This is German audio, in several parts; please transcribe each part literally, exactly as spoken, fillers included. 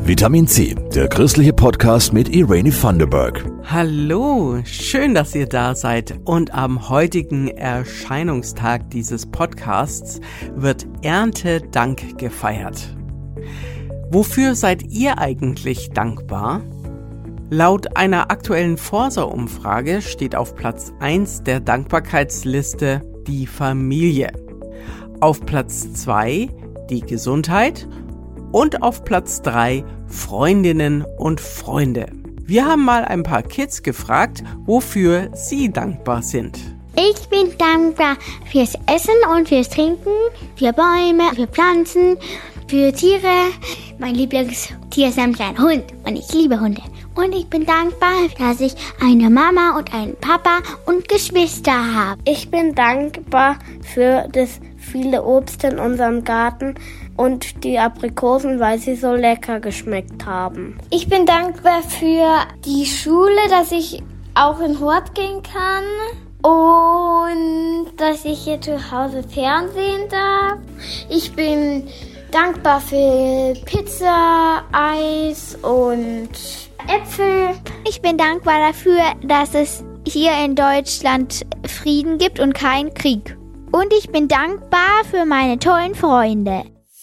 Vitamin C, der christliche Podcast mit Irene Thunderberg. Hallo, schön, dass ihr da seid. Und am heutigen Erscheinungstag dieses Podcasts wird Erntedank gefeiert. Wofür seid ihr eigentlich dankbar? Laut einer aktuellen Forsa-Umfrage steht auf Platz eins der Dankbarkeitsliste die Familie. Auf Platz zwei die Gesundheit und auf Platz drei Freundinnen und Freunde. Wir haben mal ein paar Kids gefragt, wofür sie dankbar sind. Ich bin dankbar fürs Essen und fürs Trinken, für Bäume, für Pflanzen, für Tiere. Mein Lieblingstier ist nämlich ein Hund und ich liebe Hunde. Und ich bin dankbar, dass ich eine Mama und einen Papa und Geschwister habe. Ich bin dankbar für das viele Obst in unserem Garten und die Aprikosen, weil sie so lecker geschmeckt haben. Ich bin dankbar für die Schule, dass ich auch in Hort gehen kann und dass ich hier zu Hause Fernsehen darf. Ich bin dankbar für Pizza, Eis und Äpfel. Ich bin dankbar dafür, dass es hier in Deutschland Frieden gibt und keinen Krieg. Und ich bin dankbar für meine tollen Freunde.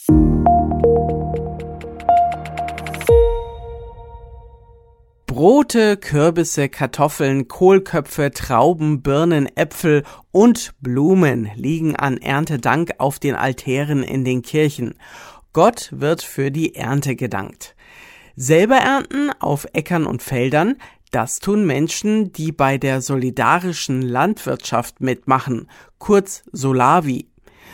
Brote, Kürbisse, Kartoffeln, Kohlköpfe, Trauben, Birnen, Äpfel und Blumen liegen an Erntedank auf den Altären in den Kirchen. Gott wird für die Ernte gedankt. Selber ernten auf Äckern und Feldern, das tun Menschen, die bei der solidarischen Landwirtschaft mitmachen, kurz Solavi.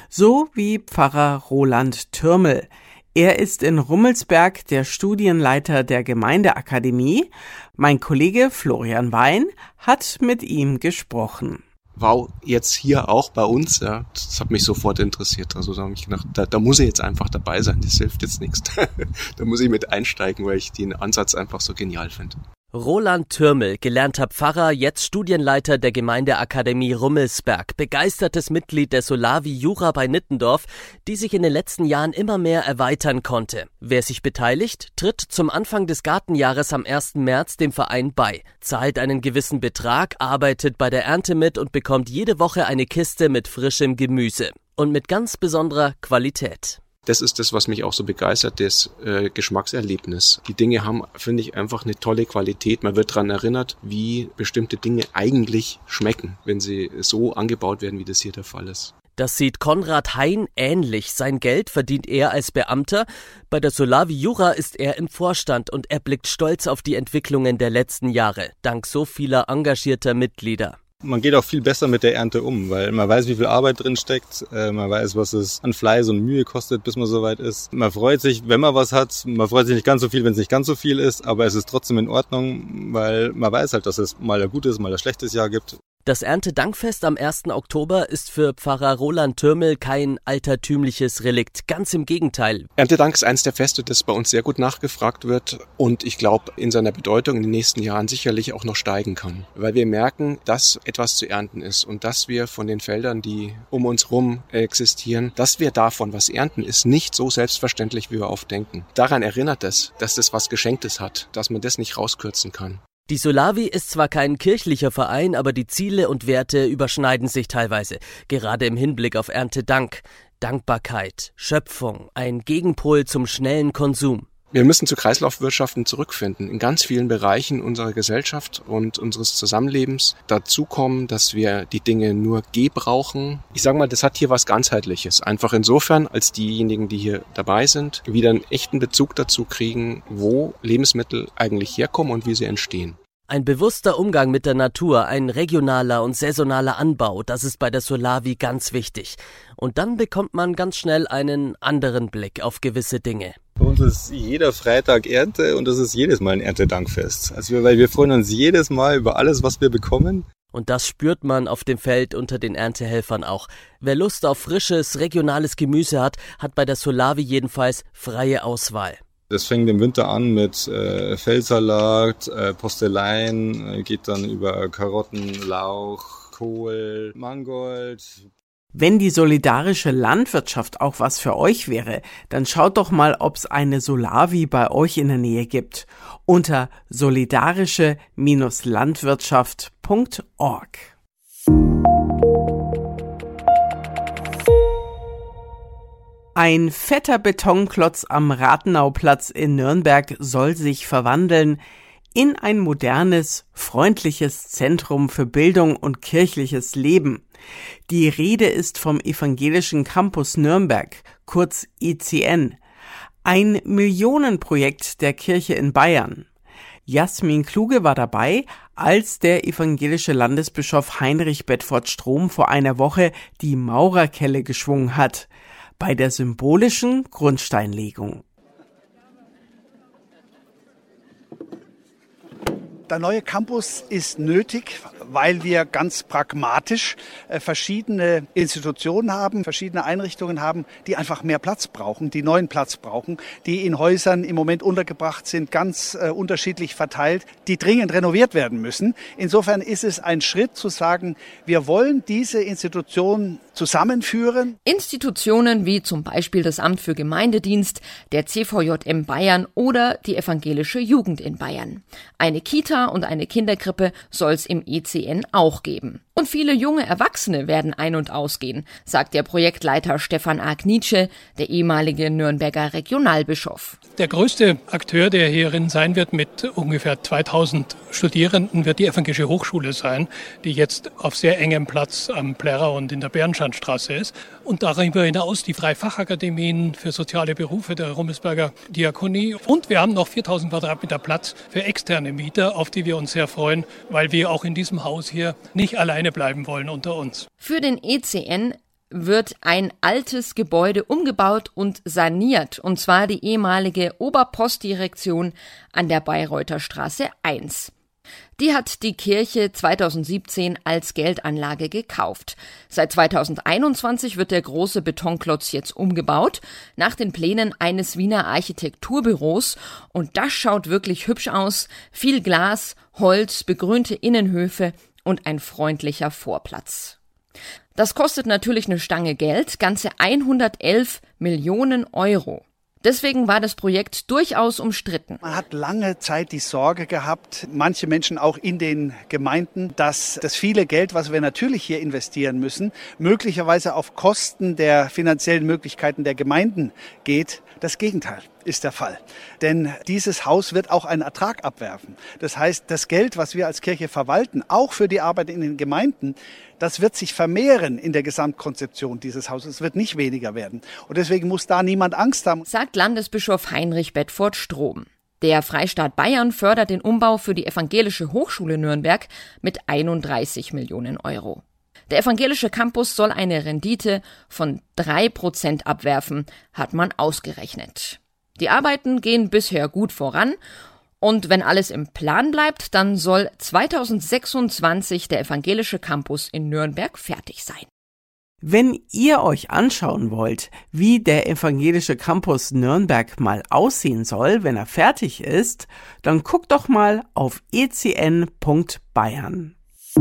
So wie Pfarrer Roland Thürmel. Er ist in Rummelsberg der Studienleiter der Gemeindeakademie. Mein Kollege Florian Wein hat mit ihm gesprochen. Wow, jetzt hier auch bei uns, ja, das hat mich sofort interessiert. Also da habe ich gedacht, da, da muss ich jetzt einfach dabei sein, das hilft jetzt nichts. Da muss ich mit einsteigen, weil ich den Ansatz einfach so genial finde. Roland Thürmel, gelernter Pfarrer, jetzt Studienleiter der Gemeindeakademie Rummelsberg, begeistertes Mitglied der Solavi Jura bei Nittendorf, die sich in den letzten Jahren immer mehr erweitern konnte. Wer sich beteiligt, tritt zum Anfang des Gartenjahres am ersten März dem Verein bei, zahlt einen gewissen Betrag, arbeitet bei der Ernte mit und bekommt jede Woche eine Kiste mit frischem Gemüse. Und mit ganz besonderer Qualität. Das ist das, was mich auch so begeistert, das äh, Geschmackserlebnis. Die Dinge haben, finde ich, einfach eine tolle Qualität. Man wird daran erinnert, wie bestimmte Dinge eigentlich schmecken, wenn sie so angebaut werden, wie das hier der Fall ist. Das sieht Konrad Hein ähnlich. Sein Geld verdient er als Beamter. Bei der Solavi Jura ist er im Vorstand und er blickt stolz auf die Entwicklungen der letzten Jahre, dank so vieler engagierter Mitglieder. Man geht auch viel besser mit der Ernte um, weil man weiß, wie viel Arbeit drin steckt, äh, man weiß, was es an Fleiß und Mühe kostet, bis man soweit ist. Man freut sich, wenn man was hat, man freut sich nicht ganz so viel, wenn es nicht ganz so viel ist, aber es ist trotzdem in Ordnung, weil man weiß halt, dass es mal ein gutes, mal ein schlechtes Jahr gibt. Das Erntedankfest am ersten Oktober ist für Pfarrer Roland Thürmel kein altertümliches Relikt. Ganz im Gegenteil. Erntedank ist eines der Feste, das bei uns sehr gut nachgefragt wird und ich glaube, in seiner Bedeutung in den nächsten Jahren sicherlich auch noch steigen kann. Weil wir merken, dass etwas zu ernten ist und dass wir von den Feldern, die um uns rum existieren, dass wir davon was ernten, ist nicht so selbstverständlich, wie wir oft denken. Daran erinnert es, dass das was Geschenktes hat, dass man das nicht rauskürzen kann. Die Solavi ist zwar kein kirchlicher Verein, aber die Ziele und Werte überschneiden sich teilweise, gerade im Hinblick auf Erntedank, Dankbarkeit, Schöpfung, ein Gegenpol zum schnellen Konsum. Wir müssen zu Kreislaufwirtschaften zurückfinden, in ganz vielen Bereichen unserer Gesellschaft und unseres Zusammenlebens. Dazu kommen, dass wir die Dinge nur gebrauchen. Ich sage mal, das hat hier was Ganzheitliches. Einfach insofern, als diejenigen, die hier dabei sind, wieder einen echten Bezug dazu kriegen, wo Lebensmittel eigentlich herkommen und wie sie entstehen. Ein bewusster Umgang mit der Natur, ein regionaler und saisonaler Anbau, das ist bei der Solavi ganz wichtig. Und dann bekommt man ganz schnell einen anderen Blick auf gewisse Dinge. Bei uns ist jeder Freitag Ernte und das ist jedes Mal ein Erntedankfest. Also wir, weil wir freuen uns jedes Mal über alles, was wir bekommen. Und das spürt man auf dem Feld unter den Erntehelfern auch. Wer Lust auf frisches, regionales Gemüse hat, hat bei der Solavi jedenfalls freie Auswahl. Das fängt im Winter an mit äh, Feldsalat, äh, Postelein, äh, geht dann über Karotten, Lauch, Kohl, Mangold, Wenn die solidarische Landwirtschaft auch was für euch wäre, dann schaut doch mal, ob es eine Solavi bei euch in der Nähe gibt. Unter solidarische Bindestrich landwirtschaft Punkt org. Ein fetter Betonklotz am Rathenauplatz in Nürnberg soll sich verwandeln in ein modernes, freundliches Zentrum für Bildung und kirchliches Leben. Die Rede ist vom Evangelischen Campus Nürnberg, kurz E C N, ein Millionenprojekt der Kirche in Bayern. Jasmin Kluge war dabei, als der evangelische Landesbischof Heinrich Bedford-Strom vor einer Woche die Maurerkelle geschwungen hat, bei der symbolischen Grundsteinlegung. Der neue Campus ist nötig, weil wir ganz pragmatisch äh, verschiedene Institutionen haben, verschiedene Einrichtungen haben, die einfach mehr Platz brauchen, die neuen Platz brauchen, die in Häusern im Moment untergebracht sind, ganz äh, unterschiedlich verteilt, die dringend renoviert werden müssen. Insofern ist es ein Schritt zu sagen, wir wollen diese Institutionen zusammenführen. Institutionen wie zum Beispiel das Amt für Gemeindedienst, der C V J M Bayern oder die evangelische Jugend in Bayern. Eine Kita und eine Kinderkrippe soll es im E C N auch geben. Und viele junge Erwachsene werden ein- und ausgehen, sagt der Projektleiter Stefan Agnice, der ehemalige Nürnberger Regionalbischof. Der größte Akteur, der hierin sein wird mit ungefähr zweitausend Studierenden, wird die Evangelische Hochschule sein, die jetzt auf sehr engem Platz am Plärrer und in der Bernschanstraße ist. Und darüber hinaus die drei Fachakademien für soziale Berufe der Rummelsberger Diakonie. Und wir haben noch viertausend Quadratmeter Platz für externe Mieter, auf die wir uns sehr freuen, weil wir auch in diesem Haus hier nicht alleine bleiben wollen unter uns. Für den E C N wird ein altes Gebäude umgebaut und saniert, und zwar die ehemalige Oberpostdirektion an der Bayreuther Straße eins. Die hat die Kirche zweitausendsiebzehn als Geldanlage gekauft. Seit zweitausendeinundzwanzig wird der große Betonklotz jetzt umgebaut, nach den Plänen eines Wiener Architekturbüros. Und das schaut wirklich hübsch aus. Viel Glas, Holz, begrünte Innenhöfe und ein freundlicher Vorplatz. Das kostet natürlich eine Stange Geld, ganze hundertelf Millionen Euro. Deswegen war das Projekt durchaus umstritten. Man hat lange Zeit die Sorge gehabt, manche Menschen auch in den Gemeinden, dass das viele Geld, was wir natürlich hier investieren müssen, möglicherweise auf Kosten der finanziellen Möglichkeiten der Gemeinden geht. Das Gegenteil ist der Fall. Denn dieses Haus wird auch einen Ertrag abwerfen. Das heißt, das Geld, was wir als Kirche verwalten, auch für die Arbeit in den Gemeinden, das wird sich vermehren in der Gesamtkonzeption dieses Hauses. Es wird nicht weniger werden. Und deswegen muss da niemand Angst haben, sagt Landesbischof Heinrich Bedford-Strom. Der Freistaat Bayern fördert den Umbau für die Evangelische Hochschule Nürnberg mit einunddreißig Millionen Euro. Der evangelische Campus soll eine Rendite von drei Prozent abwerfen, hat man ausgerechnet. Die Arbeiten gehen bisher gut voran. Und wenn alles im Plan bleibt, dann soll zweitausendsechsundzwanzig der evangelische Campus in Nürnberg fertig sein. Wenn ihr euch anschauen wollt, wie der evangelische Campus Nürnberg mal aussehen soll, wenn er fertig ist, dann guckt doch mal auf e c n punkt bayern.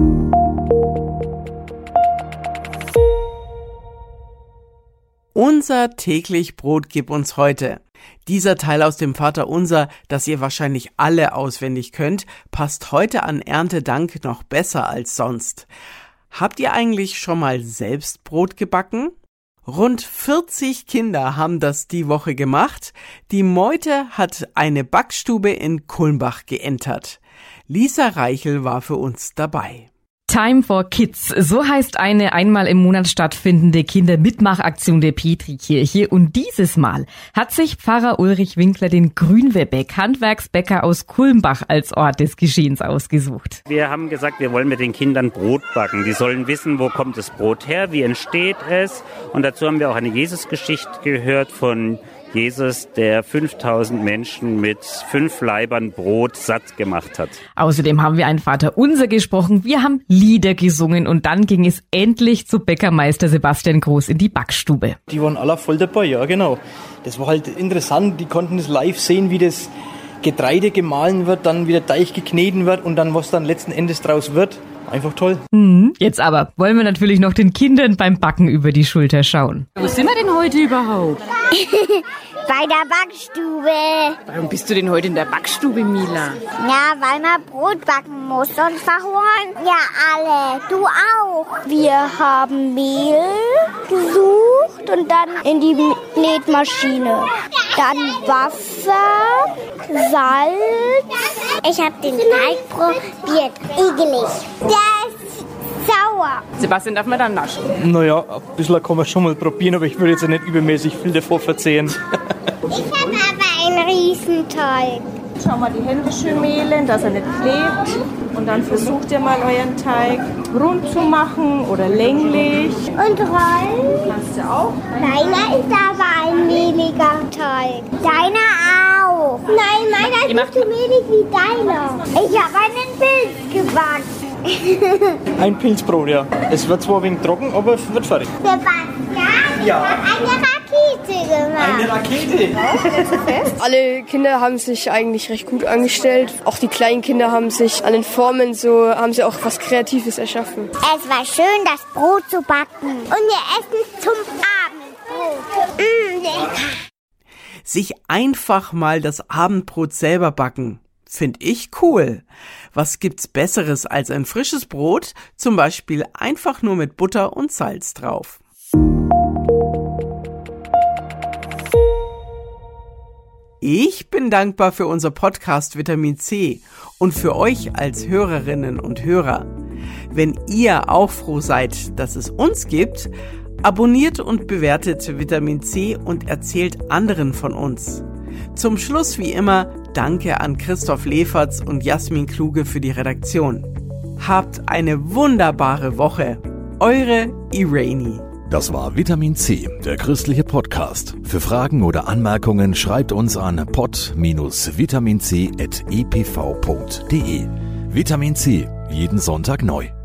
Unser täglich Brot gib uns heute. Dieser Teil aus dem Vaterunser, das ihr wahrscheinlich alle auswendig könnt, passt heute an Erntedank noch besser als sonst. Habt ihr eigentlich schon mal selbst Brot gebacken? Rund vierzig Kinder haben das die Woche gemacht. Die Meute hat eine Backstube in Kulmbach geentert. Lisa Reichel war für uns dabei. Time for Kids, so heißt eine einmal im Monat stattfindende Kindermitmachaktion der Petrikirche. Und dieses Mal hat sich Pfarrer Ulrich Winkler den Grünwebeck, Handwerksbäcker aus Kulmbach, als Ort des Geschehens ausgesucht. Wir haben gesagt, wir wollen mit den Kindern Brot backen. Die sollen wissen, wo kommt das Brot her, wie entsteht es. Und dazu haben wir auch eine Jesusgeschichte gehört von Jesus, der fünftausend Menschen mit fünf Laibern Brot satt gemacht hat. Außerdem haben wir ein Vaterunser gesprochen, wir haben Lieder gesungen und dann ging es endlich zu Bäckermeister Sebastian Groß in die Backstube. Die waren alle voll dabei, ja genau. Das war halt interessant, die konnten es live sehen, wie das Getreide gemahlen wird, dann wie der Teig gekneten wird und dann was dann letzten Endes draus wird. einfach toll. Hm, jetzt aber wollen wir natürlich noch den Kindern beim Backen über die Schulter schauen. Wo sind wir denn heute überhaupt? Bei der Backstube. Warum bist du denn heute in der Backstube, Mila? Ja, weil man Brot backen muss, sonst verhungern ja alle. Du auch. Wir haben Mehl gesucht und dann in die Knetmaschine. Dann Wasser, Salz. Ich habe den Teig probiert. Igelig. Der ist sauer. Sebastian, darf man dann naschen? Naja, ein bisschen kann man schon mal probieren, aber ich würde jetzt nicht übermäßig viel davor verzehren. Ich habe aber einen Riesenteig. Schau mal die Hände schön mehlen, dass er nicht klebt. Und dann versucht ihr mal euren Teig rund zu machen oder länglich. Und rollen. Kannst du auch. Meiner ist aber ein mehliger Teig. Deiner auch. Nein, meiner ist nicht so mehlig wie deiner. Ich habe einen Pilz gebacken. Ein Pilzbrot, ja. Es wird zwar ein wenig trocken, aber es wird fertig. Sebastian, ja. ich habe eine Rakete gemacht. Eine Rakete? Alle Kinder haben sich eigentlich recht gut angestellt. Auch die kleinen Kinder haben sich an den Formen so, haben sie auch was Kreatives erschaffen. Es war schön, das Brot zu backen. Und wir essen zum Abendbrot. Mmh, lecker. Sich einfach mal das Abendbrot selber backen. Find ich cool. Was gibt's Besseres als ein frisches Brot? Zum Beispiel einfach nur mit Butter und Salz drauf. Ich bin dankbar für unser Podcast Vitamin C und für euch als Hörerinnen und Hörer. Wenn ihr auch froh seid, dass es uns gibt, abonniert und bewertet Vitamin C und erzählt anderen von uns. Zum Schluss wie immer Danke an Christoph Leferz und Jasmin Kluge für die Redaktion. Habt eine wunderbare Woche. Eure Irene. Das war Vitamin C, der christliche Podcast. Für Fragen oder Anmerkungen schreibt uns an pod dash vitamin c at e p v punkt d e. Vitamin C, jeden Sonntag neu.